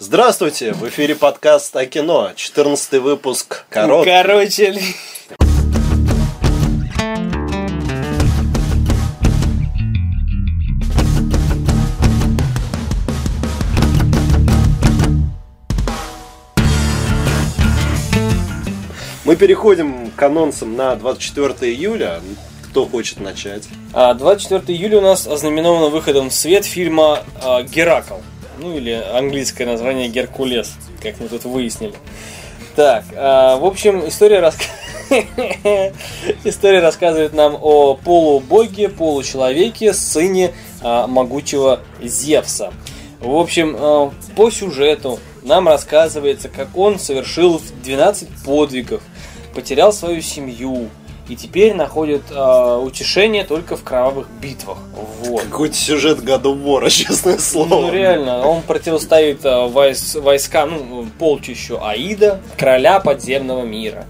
Здравствуйте! В эфире подкаст о кино. 14-й выпуск. Короткий. Мы переходим к анонсам на 24 июля. Кто хочет начать? 24 июля у нас ознаменовано выходом в свет фильма «Геракл». Ну или английское название «Геркулес», как мы тут выяснили. Так, в общем, история рассказывает нам о полубоге, получеловеке, сыне могучего Зевса. В общем, по сюжету нам рассказывается, как он совершил 12 подвигов, потерял свою семью и теперь находит утешение только в кровавых битвах. Вот. Какой-то сюжет God of War, честное слово. Ну реально, он противостоит войска, полчищу Аида, короля подземного мира.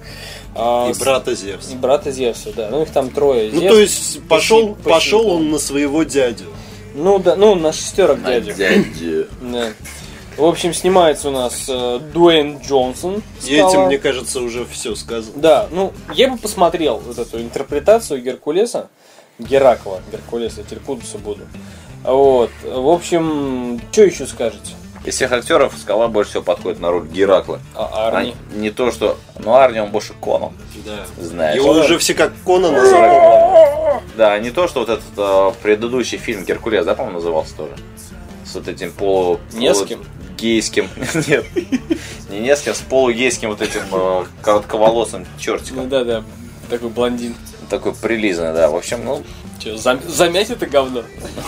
И брата Зевса. И брата Зевса, да. Ну их там трое. Ну то есть пошел он на своего дядю. Ну да, на шестерок дядю. Да. В общем, снимается у нас Дуэйн Джонсон. И этим, мне кажется, уже все сказано. Да, я бы посмотрел вот эту интерпретацию Геркулеса, Геракла, Геркулеса, я теперь путаться буду. Вот, в общем, что еще скажете? Из всех актеров Скала больше всего подходит на роль Геракла. А Арни? Не то, что... Арни он больше Конан. Да. Знаешь. Его уже все как Конана запомнили. Да, не то, что вот этот предыдущий фильм Геркулес, да, по-моему, назывался тоже? С вот этим Неским? Гейским. Нет. Не неским, с полугейским вот этим коротковолосым чертиком. Да, такой блондин. Такой прилизанный, да. В общем, Че, замять это говно?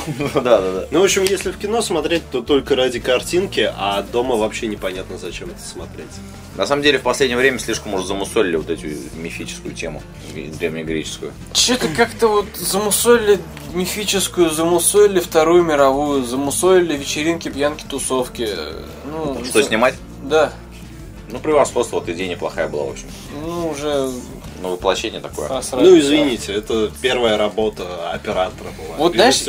Да. Ну, в общем, если в кино смотреть, то только ради картинки, а дома вообще непонятно, зачем это смотреть. На самом деле, в последнее время слишком уже замусолили вот эту мифическую тему, древнегреческую. Че-то как-то вот замусолили мифическую, замусолили Вторую мировую, замусолили вечеринки, пьянки, тусовки. Что снимать? Да. Превосходство, вот идея неплохая была, в общем. Уже... воплощение такое. Извините, это первая работа оператора была. Вот знаешь,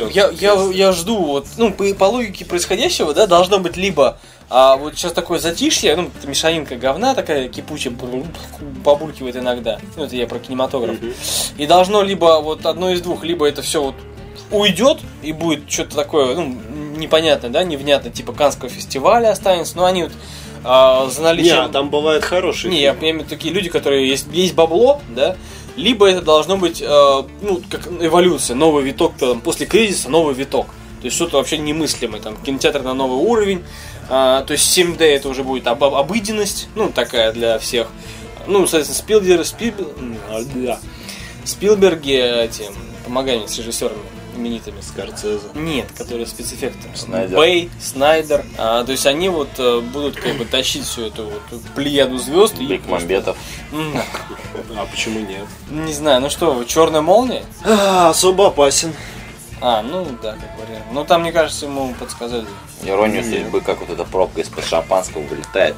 я жду, по логике происходящего, да, должно быть либо вот сейчас такое затишье, мешанинка говна такая кипучая, побулькивает иногда. Это я про кинематограф. И должно либо вот одно из двух, либо это все вот уйдет и будет что-то такое, непонятное, да, невнятное, типа Каннского фестиваля останется, но они вот за наличием... Нет, там бывают хорошие фильмы. Я имею в виду такие люди, которые есть бабло, да, либо это должно быть, как эволюция, новый виток, после кризиса новый виток. То есть что-то вообще немыслимое, кинотеатр на новый уровень, то есть 7D это уже будет обыденность, такая для всех. Соответственно, Спилберги, помогай мне с режиссерами именитыми. Скорсезе. Нет, которые спецэффекты. Снайдер. Бэй, Снайдер. То есть они будут тащить всю эту плеяду звезд. Бекмамбетов. А почему нет? Не знаю, Черная молния? Особо опасен. Да, как вариант. Там, мне кажется, ему подсказали. Иронию судьбы, как вот эта пробка из-под шампанского вылетает.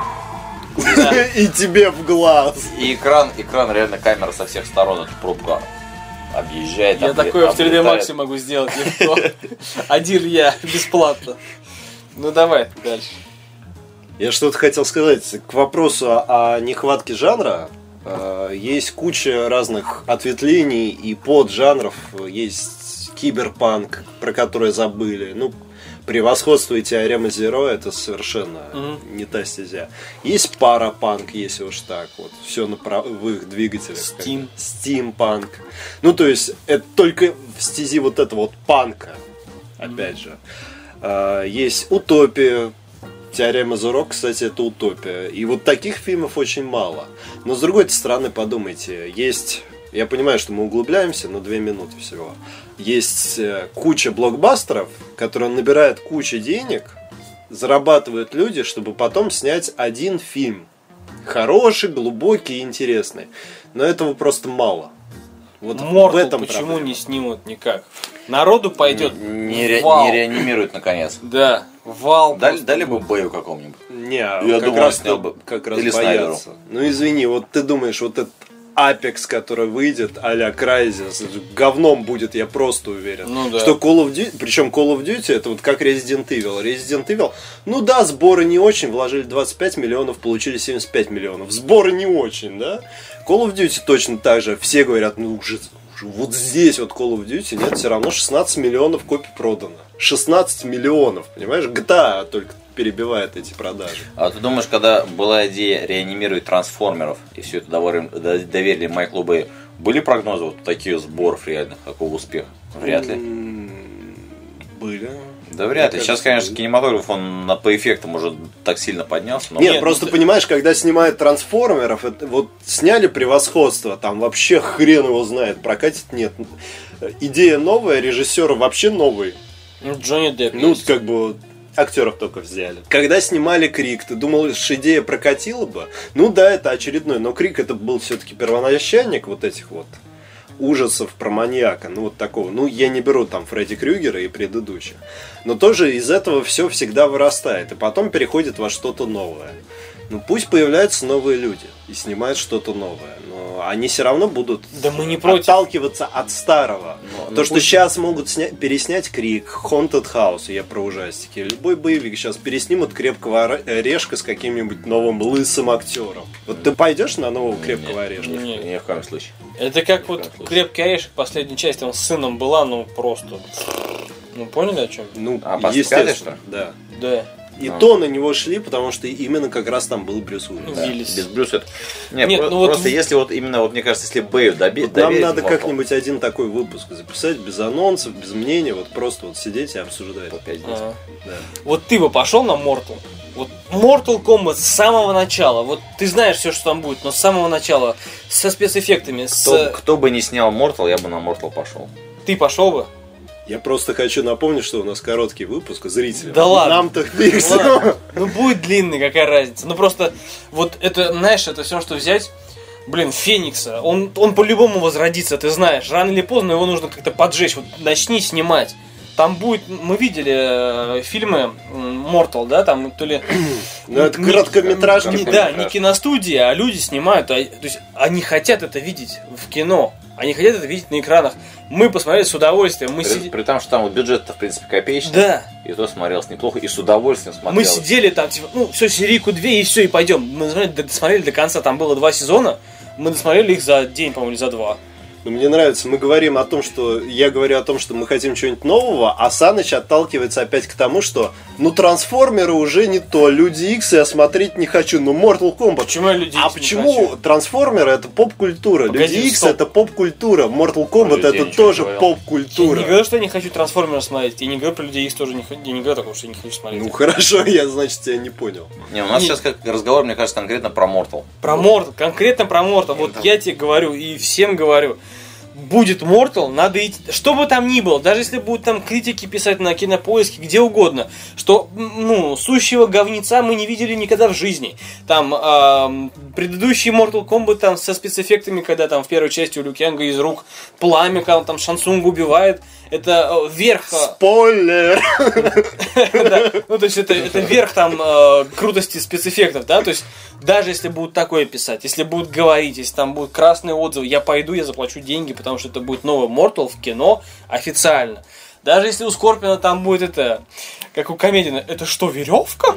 И тебе в глаз. И экран реально камера со всех сторон эту пробку объезжает. Я такое в 3D Max могу сделать легко. Один я, бесплатно. Давай дальше. Я что-то хотел сказать. К вопросу о нехватке жанра. Есть куча разных ответвлений и поджанров. Есть киберпанк, про который забыли. Превосходство и теорема Зеро — это совершенно не та стезя. Есть парапанк, если уж так. Вот все в их двигателях. Стимпанк. То есть это только в стези вот этого панка. Опять же. Есть утопия. Теорема Зеро, кстати, это утопия. И вот таких фильмов очень мало. Но с другой стороны, подумайте, есть... Я понимаю, что мы углубляемся, но 2 минуты всего. Есть куча блокбастеров, которые набирают кучу денег, зарабатывают люди, чтобы потом снять один фильм. Хороший, глубокий и интересный. Но этого просто мало. Вот Мортал в этом почему проблема. не снимут никак? Народу пойдет не реанимируют наконец. Да, вал. Дали бы Бэю какому-нибудь. Не, Я думаю, снял бы. как раз Или боятся. Снайдеру. Извини, вот ты думаешь, вот этот Apex, который выйдет, а-ля Crysis, говном будет, я просто уверен. Ну да. Что Call of Duty, причем Call of Duty это вот как Resident Evil. Resident Evil, ну да, сборы не очень, вложили 25 миллионов, получили 75 миллионов. Сборы не очень, да? Call of Duty точно так же. Все говорят, ну уже вот здесь вот Call of Duty, нет, все равно 16 миллионов копий продано. 16 миллионов, понимаешь? GTA только перебивает эти продажи. А ты думаешь, когда была идея реанимировать трансформеров, и все это доверили Майклу Бэю, были прогнозы вот таких сборов реальных, такого успеха? Вряд ли. Были. Да вряд ли. Мне Сейчас, кажется, конечно, кинематограф, он по эффектам уже так сильно поднялся. Но... Нет, просто понимаешь, когда снимают трансформеров, это, вот сняли превосходство, там вообще хрен его знает, прокатит нет. Идея новая, режиссер вообще новый. Ну, Джонни Депп. Ну, как бы актеров только взяли. Когда снимали Крик, ты думал, что идея прокатила бы? Ну да, это очередной, но Крик это был все-таки первоначальник вот этих вот ужасов про маньяка, ну вот такого. Ну, я не беру там Фредди Крюгера и предыдущих. Но тоже из этого все всегда вырастает, и потом переходит во что-то новое. Ну, пусть появляются новые люди и снимают что-то новое, но они все равно будут Да мы не против. отталкиваться от старого. Ну, То, что сейчас могут переснять Крик, Haunted House, я про ужастики, любой боевик сейчас переснимут Крепкого орешка с каким-нибудь новым лысым актером. Вот ты пойдешь на нового Крепкого орешка? Не. Ни в коем случае. Это как вот «Крепкий орешек», последняя часть, там с сыном была, ну просто... Ну, поняли о чем? Ну, А по естественно, что ли? да. Да. И то на него шли, потому что именно как раз там был Брюс Уиллис. Да. Виллис. Без Брюса это... Нет, Нет, ну вот просто если вот именно, вот мне кажется, если Бэю Вот доверить... нам надо Mortal как-нибудь один такой выпуск записать, без анонсов, без мнения, вот просто вот сидеть и обсуждать. по 5 дней. Ага. Да. Вот ты бы пошел на Mortal? Вот Mortal Kombat с самого начала. Вот ты знаешь все, что там будет, но с самого начала. Со спецэффектами. Кто бы не снял Mortal, я бы на Mortal пошел. Ты пошел бы? Я просто хочу напомнить, что у нас короткий выпуск, зрители. Да ладно. Нам-то фиг. Ладно. Ну будет длинный, какая разница. Ну просто, вот это, знаешь, это все, что взять. Блин, Феникса, он по-любому возродится, ты знаешь. Рано или поздно его нужно как-то поджечь. Вот начни снимать. Там будет, мы видели фильмы Mortal, да, там то ли... Ну, это короткометражки. Да, не киностудия, а люди снимают. То есть они хотят это видеть в кино. Они хотят это видеть на экранах. Мы посмотрели с удовольствием. При том, что там вот бюджет-то, в принципе, копеечный. Да. И то смотрелось неплохо, и с удовольствием смотрелось. Мы сидели там, типа, ну, все, серийку 2, и все, и пойдем. Мы досмотрели до конца, там было 2 сезона. Мы досмотрели их за день, по-моему, или за 2. Но мне нравится, мы говорим о том, что я говорю о том, что мы хотим чего-нибудь нового, а Саныч отталкивается опять к тому, что ну трансформеры уже не то, Люди Икс я смотреть не хочу, ну Mortal Kombat. Почему я Люди Икс не почему хочу? Трансформеры это поп-культура, Погоди, Люди Икс стоп. это поп-культура, Mortal Kombat Людей это ничего тоже не говорил. Я поп-культура. не говорю, что я не хочу трансформеров смотреть. Я не говорю про Людей Икс тоже не хочу. Я не говорю такого, что я не хочу смотреть. Ну хорошо, я значит тебя не понял. Не, у нас Не. сейчас как разговор, мне кажется, конкретно про Mortal. Про Mortal, конкретно про Mortal. Вот я тебе говорю и всем говорю. Будет Mortal, надо идти, что бы там ни было, даже если будут там критики писать на Кинопоиске, где угодно, что, ну, сущего говнеца мы не видели никогда в жизни. Там, предыдущий Mortal Kombat там со спецэффектами, когда там в первой части у Лю Кянга из рук пламя, когда он там Шансунг убивает, это верх... Спойлер! Да, ну, то есть это верх там крутости спецэффектов, да, то есть даже если будут такое писать, если будут говорить, если там будут красные отзывы, я пойду, я заплачу деньги, потому что это будет новый Mortal в кино официально. Даже если у Скорпиона там будет это, как у Комедина, это что, веревка?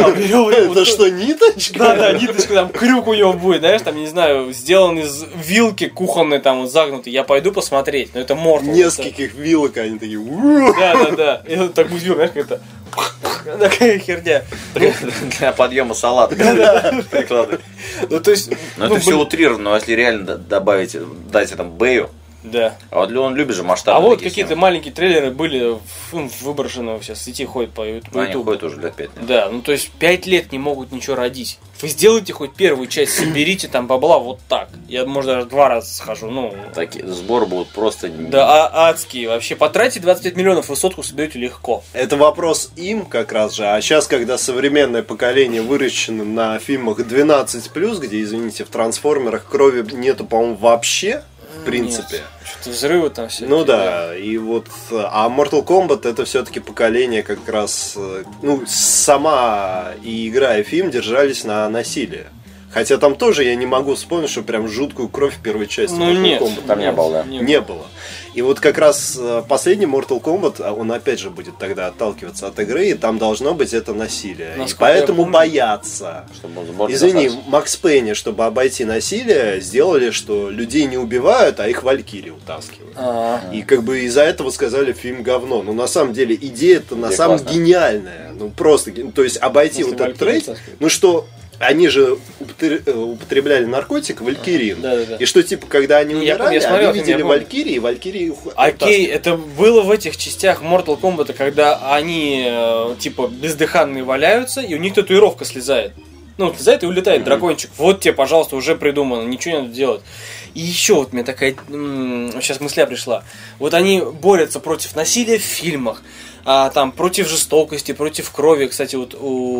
Это что, ниточка? Да, ниточка, там крюк у него будет, знаешь, там, не знаю, сделан из вилки кухонной, там, вот загнутый. Я пойду посмотреть, но это Mortal. Нескольких вилок они такие. Да. И вот так будет вилка, знаешь, как это... Такая херня. Для подъема салата. Прикладывать. Ну, то есть... Но это все утрировано, но если реально добавить, дать этому Бэю, Да. а вот он любит же масштабные А вот такие какие-то съемки. маленькие трейлеры были выброшены сейчас в сети, ходят по Ну, Ютубу. они ходят уже лет 5 лет. Да, ну то есть 5 лет не могут ничего родить. Вы сделайте хоть первую часть, соберите там бабла вот так. Я, может, даже 2 раза схожу, ну... Такие сборы будут просто... Да, адские. Вообще, потратьте 25 миллионов, высотку соберете легко. Это вопрос им как раз же. А сейчас, когда современное поколение выращено на фильмах 12+, где, извините, в трансформерах крови нету, по-моему, вообще, в принципе. Нет, что-то взрывы там все. Ну да, и вот, а Mortal Kombat это все-таки поколение как раз, ну, сама и игра, и фильм держались на насилии. Хотя там тоже я не могу вспомнить, что прям жуткую кровь в первой части. Ну Mortal нет, Kombat. Там не было, да. Не было. И вот как раз последний Mortal Kombat, он опять же будет тогда отталкиваться от игры, и там должно быть это насилие. И Насколько поэтому я помню, боятся. Чтобы он сбор не Извини, касался. Макс Пейни, чтобы обойти насилие, сделали, что людей не убивают, а их валькирии утаскивают. И как бы из-за этого сказали фильм говно. Но на самом деле идея-то на Идея самом классная. гениальная. Ну просто, то есть обойти Если вот этот валькирии трейд, утаскивают. ну что они же употребляли наркотик валькирин. Да-да-да. И что типа, когда они Я помню, умирали, я смотрел они фильм, я видели помню. валькирии, и валькирии Окей, это было в этих частях Mortal Kombat, когда они типа бездыханные валяются, и у них татуировка слезает. Ну, слезает и улетает дракончик. Вот тебе, пожалуйста, уже придумано, ничего не надо делать. И еще вот мне такая сейчас мысля пришла. Вот они борются против насилия в фильмах, там против жестокости, против крови. Кстати, вот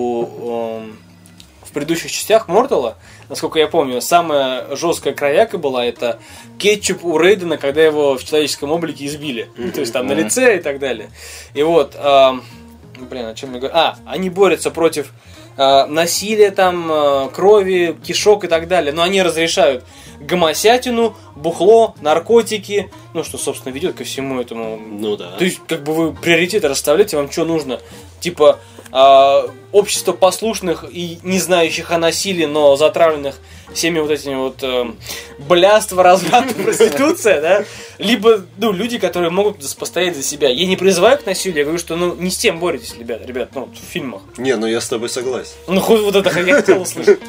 в предыдущих частях Мортала, насколько я помню, самая жесткая кровяка была это кетчуп у Рейдена, когда его в человеческом облике избили. Ну, то есть там на лице и так далее. И вот, о чем я говорю? Они борются против насилия, там, крови, кишок и так далее. Но они разрешают гомосятину, бухло, наркотики, ну, что, собственно, ведет ко всему этому. Ну да. То есть, как бы вы приоритеты расставляете, вам что нужно? Типа, общество послушных и не знающих о насилии, но затравленных всеми вот этими вот блядство, разврат, проституция, да? Либо, ну, люди, которые могут постоять за себя. Я не призываю к насилию, я говорю, что, ну, не с тем боретесь, ребят, ну, в фильмах. Не, ну я с тобой согласен. Ну, хоть вот это я хотел услышать.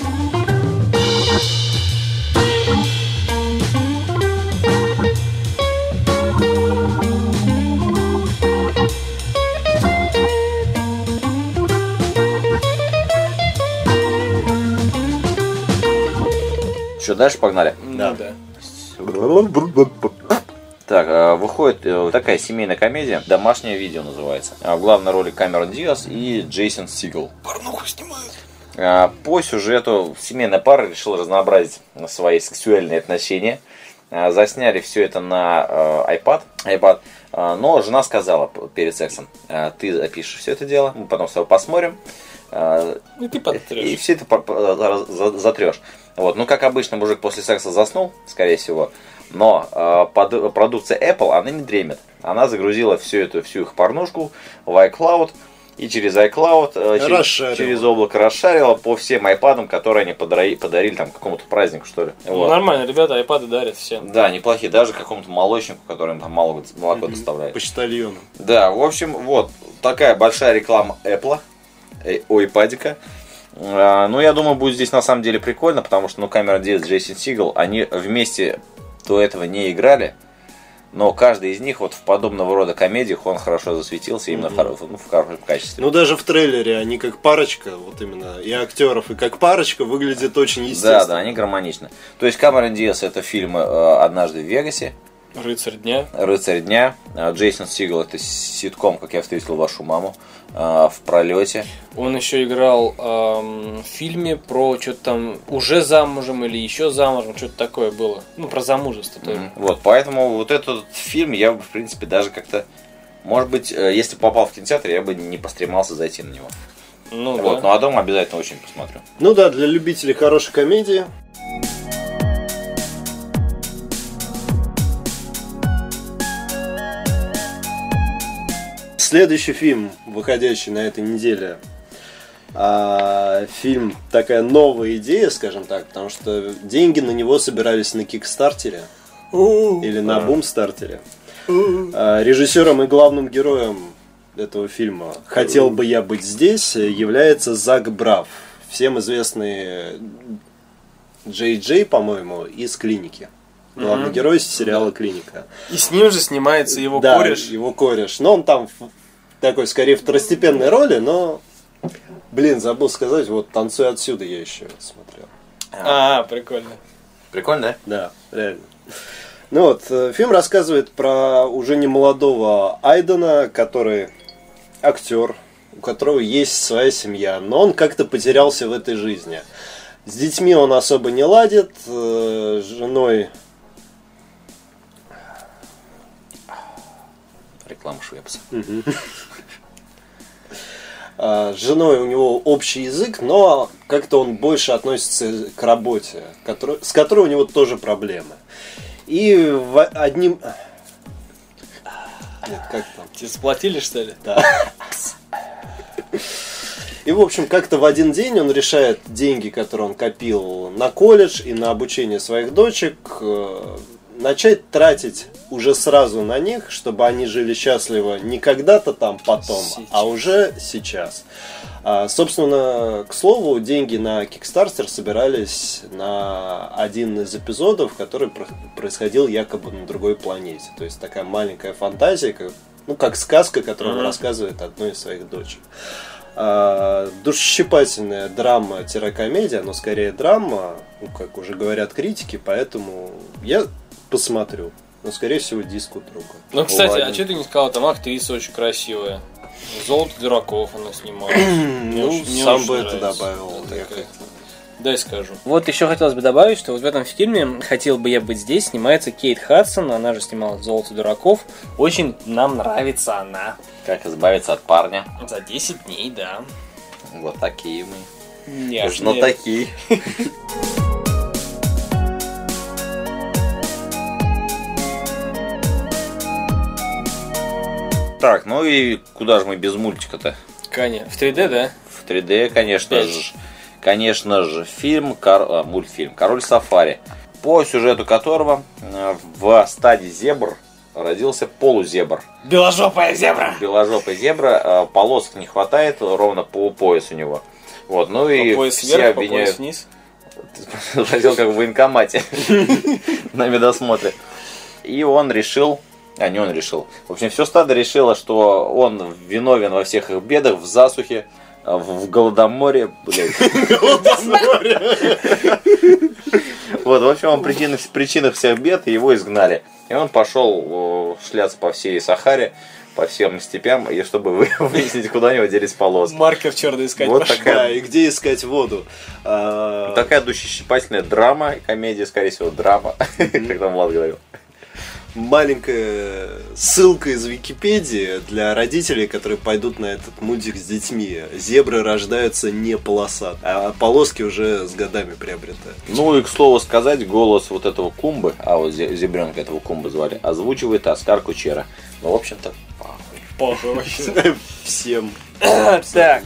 Что, дальше погнали? Ну, да. Так, выходит такая семейная комедия, «Домашнее видео» называется. В главной роли Камерон Диас и Джейсон Сигел. Порнуху снимают. По сюжету семейная пара решила разнообразить свои сексуальные отношения. Засняли все это на iPad. Но жена сказала перед сексом: ты запишешь все это дело, мы потом с тобой посмотрим. И ты подтрешь. И все это затрешь. Вот. Ну, как обычно, мужик после секса заснул, скорее всего. Но продукция Apple, она не дремит. Она загрузила всю их порнушку в iCloud. И через iCloud, через облако расшарила по всем iPad'ам, которые они подарили там какому-то празднику, что ли. Ну, Вот. нормально, ребята, iPad'ы дарят всем. Да, неплохие. Даже какому-то молочнику, который им там молоко доставляет. Почтальону. Да, в общем, вот такая большая реклама Apple. У iPad'ика. Ну, я думаю, будет здесь на самом деле прикольно, потому что, Камерон Диас, Джейсон Сигел, они вместе до этого не играли, но каждый из них вот в подобного рода комедиях он хорошо засветился именно в хорошем качестве. Ну, даже в трейлере они как парочка, вот именно, и актеров, и как парочка выглядит очень естественно. Да, они гармоничны. То есть Камерон Диас — это фильм «Однажды в Вегасе», Рыцарь дня. «Рыцарь дня». Джейсон Сигел — это ситком «Как я встретил вашу маму», «В пролете». Он еще играл в фильме про что-то там уже замужем или еще замужем, что-то такое было. Ну, про замужество тоже. Вот, поэтому вот этот фильм я бы, в принципе, даже как-то, может быть, если попал в кинотеатр, я бы не постремался зайти на него. Ну, Вот, да. ну а дома обязательно очень посмотрю. Ну да, для любителей хорошей комедии. Следующий фильм, выходящий на этой неделе, фильм такая новая идея, скажем так, потому что деньги на него собирались на Кикстартере или на Бумстартере. Режиссером и главным героем этого фильма «Хотел бы я быть здесь» является Зак Брафф, всем известный Джей Джей, по-моему, из «Клиники». Главный герой сериала «Клиника». И с ним же снимается его Да, кореш. его кореш. Но он там такой, скорее, второстепенной роли, но, забыл сказать, вот «Танцуй отсюда» я еще смотрел. Прикольно. Прикольно, Да, реально. Ну вот, фильм рассказывает про уже не молодого Айдена, который актер, у которого есть своя семья, но он как-то потерялся в этой жизни. С детьми он особо не ладит, с женой... Реклама Швепса. С женой у него общий язык, но как-то он больше относится к работе, с которой у него тоже проблемы. И одним... Нет, как там? Тебе сплотили, что ли? Да. И, в общем, как-то в один день он решает деньги, которые он копил на колледж и на обучение своих дочек, начать тратить уже сразу на них, чтобы они жили счастливо не когда-то там потом, а уже сейчас. Собственно, к слову, деньги на Kickstarter собирались на один из эпизодов, который происходил якобы на другой планете. То есть такая маленькая фантазия, как сказка, которую он рассказывает одной из своих дочек. Душещипательная драма-комедия, но скорее драма, как уже говорят критики, поэтому я посмотрю. Но, скорее всего, диску друга. Ну, кстати, а что ты не сказал, там актриса очень красивая. «Золото дураков» она снимала. Сам бы это добавил. Дай скажу. Вот еще хотелось бы добавить, что вот в этом фильме «Хотел бы я быть здесь» снимается Кейт Хадсон, она же снимала «Золото дураков». Очень нам нравится она. Как избавиться от парня. За 10 дней, да. Вот такие мы. Нет, но такие. Так, ну и куда же мы без мультика-то? Конечно. В 3D, да? В 3D, конечно же. Конечно же, мультфильм «Король сафари», по сюжету которого в стадии зебр родился полузебр. Беложопая зебра! Беложопая зебра, полосок не хватает, ровно по пояс у него. Вот, ну и пояс все вверх, обвиняют... по пояс вниз? Родил как в военкомате на медосмотре. И он решил... не он решил. В общем, все стадо решило, что он виновен во всех их бедах, в засухе, в голодоморе, блядь. Вот, в общем, он причина всех бед, и его изгнали. И он пошел шляться по всей Сахаре, по всем степям, и чтобы выяснить, куда у него делись полоски. Маркер черный искать. Вот такая... Да, и где искать воду. Такая душещипательная драма, комедия, скорее всего, драма, как там Влад говорил. Маленькая ссылка из Википедии для родителей, которые пойдут на этот мультик с детьми. Зебры рождаются не полосатые, а полоски уже с годами приобретают. Ну и, к слову сказать, голос вот этого Кумбы, а вот зебренка этого Кумбы звали, озвучивает Оскар Кучера. Ну, в общем-то, Похуй вообще. Всем. Так.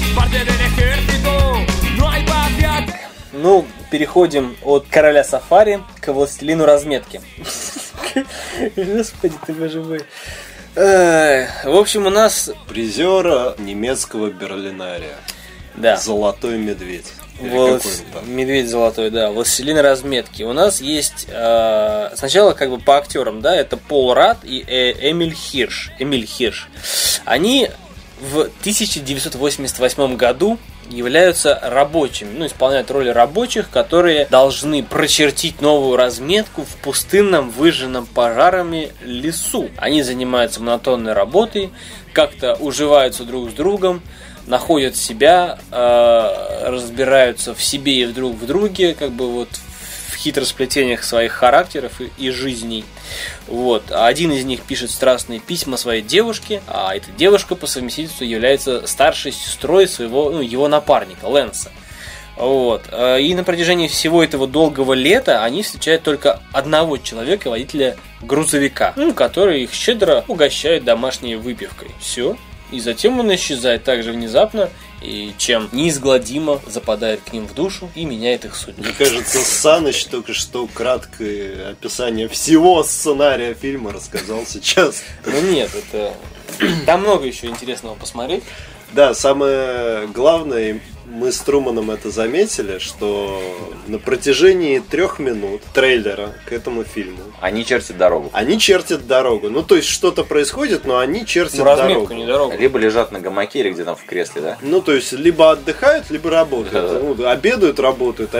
Ну, переходим от «Короля сафари» к «Властелину разметки». Господи ты, боже мой. В общем, у нас... Призера немецкого Берлинария. Да. «Золотой медведь». Медведь золотой, да. «Властелин разметки». У нас есть сначала как бы по актерам, да, это Пол Радд и Эмиль Хирш. Они в 1988 году являются рабочими, исполняют роли рабочих, которые должны прочертить новую разметку в пустынном, выжженном пожарами лесу. Они занимаются монотонной работой, как-то уживаются друг с другом, находят себя, разбираются в себе и друг в друге, как бы вот в хитросплетениях своих характеров и жизней. Вот. Один из них пишет страстные письма своей девушке, а эта девушка по совместительству является старшей сестрой его напарника Лэнса. Вот. И на протяжении всего этого долгого лета они встречают только одного человека, водителя грузовика, который их щедро угощает домашней выпивкой. Все. И затем он исчезает так же внезапно, и чем неизгладимо западает к ним в душу и меняет их судьбу. Мне кажется, Саныч только что краткое описание всего сценария фильма рассказал сейчас. Ну нет, это... Там много еще интересного посмотреть. Да, самое главное, мы с Труманом это заметили, что на протяжении 3 минут трейлера к этому фильму они чертят дорогу. Ну, то есть что-то происходит, но они чертят разметку, дорогу. Не дорогу. Либо лежат на гамаке, или где-то в кресле, да? Ну, то есть, либо отдыхают, либо работают. Обедают, работают.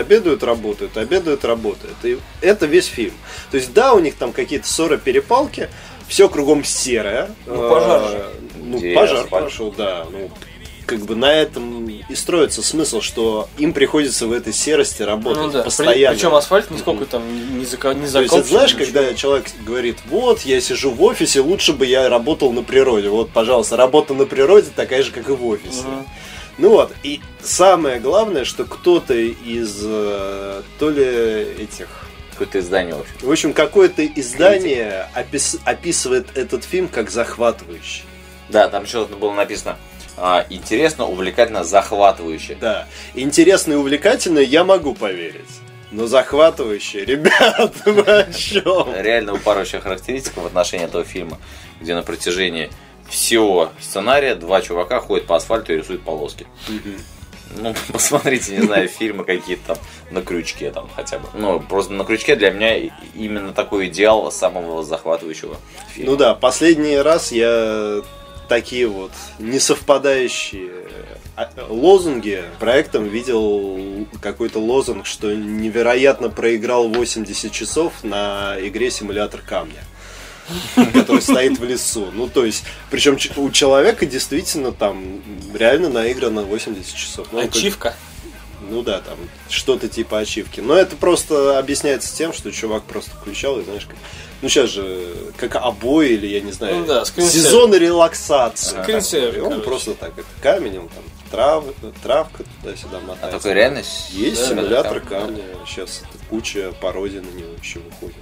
И это весь фильм. То есть, да, у них там какие-то ссоры, перепалки, все кругом серое. Пожар же. Пожар прошел, да. как бы на этом и строится смысл, что им приходится в этой серости работать постоянно. Причем асфальт нисколько там не закопчен. То есть, это, знаешь, когда человек говорит, вот, я сижу в офисе, лучше бы я работал на природе. Вот, пожалуйста, работа на природе такая же, как и в офисе. Ну вот, и самое главное, что кто-то из то ли этих... Какое-то издание, в общем. В общем, какое-то издание описывает этот фильм как захватывающий. Да, там что-то было написано интересно, увлекательно, захватывающе. Да, интересно и увлекательно я могу поверить. Но захватывающе, ребят, вы о чем? Реально упарывающая характеристика в отношении этого фильма, где на протяжении всего сценария два чувака ходят по асфальту и рисуют полоски. Ну, посмотрите, не знаю, фильмы какие-то там на крючке там хотя бы. Ну, просто на крючке для меня именно такой идеал самого захватывающего фильма. Ну да, последний раз я такие вот несовпадающие лозунги проектом видел какой-то лозунг, что невероятно проиграл 80 часов на игре «Симулятор камня», который стоит в лесу. Ну, то есть, причем у человека действительно там реально наиграно 80 часов. Ну, ачивка. Ну да, там что-то типа ачивки. Но это просто объясняется тем, что чувак просто включал и, знаешь, как... Ну сейчас же как обои или, я не знаю, ну, да, сезоны релаксации. Скринсейвер, И он просто так, это камень, там травка туда-сюда мотается. А такой реально есть да, симулятор камня. Сейчас куча пародий на него еще выходит.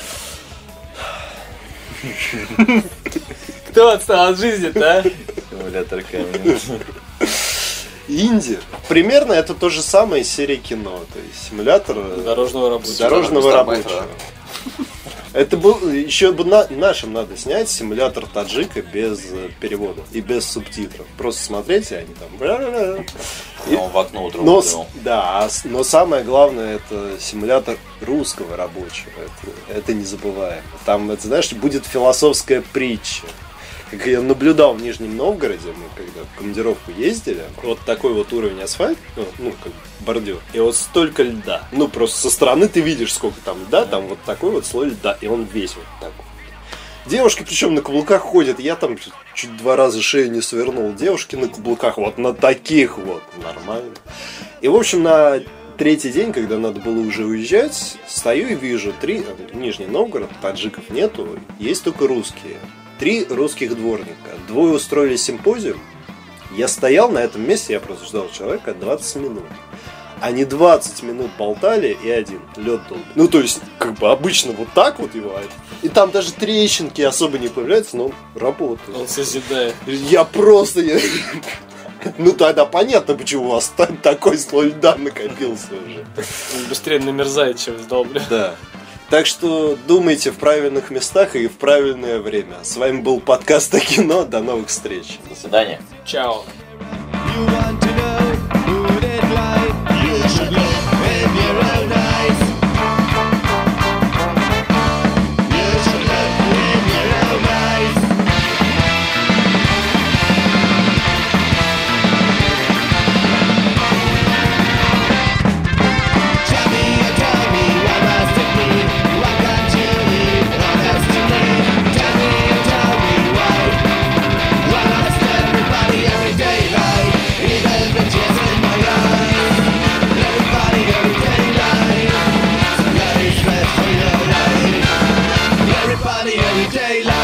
Кто отстал от жизни-то, а? Симулятор камня. Инди. Примерно это то же самое из серии кино. То есть симулятор дорожного рабочего. Это был еще бы нашим надо снять симулятор таджика без перевода и без субтитров. Просто смотрите, они там. И он в окно утром. Да, но самое главное это симулятор русского рабочего. Это незабываемо. Там, это, знаешь, будет философская притча. Как я наблюдал в Нижнем Новгороде, мы когда в командировку ездили, вот такой вот уровень асфальта, ну, как бордюр, и вот столько льда. Ну, просто со стороны ты видишь, сколько там льда, там вот такой вот слой льда, и он весь вот такой. Девушки, причем на каблуках ходят, я там чуть 2 раза шею не свернул. Девушки на каблуках, вот на таких вот, нормально. И, в общем, на 3-й день, когда надо было уже уезжать, стою и вижу, Нижний Новгород, таджиков нету, есть только русские. 3 русских дворника. 2 устроили симпозиум. Я стоял на этом месте, я просто ждал человека 20 минут. Они 20 минут болтали и один лед долбил. Ну, то есть, как бы обычно вот так вот его. И там даже трещинки особо не появляются, но он работает. Он созидает. Я просто... Ну, тогда понятно, почему у вас такой слой льда накопился уже. Он быстрее намерзает, чем сдолблю. Да. Так что думайте в правильных местах и в правильное время. С вами был подкаст о кино. До новых встреч. До свидания. Чао. Every day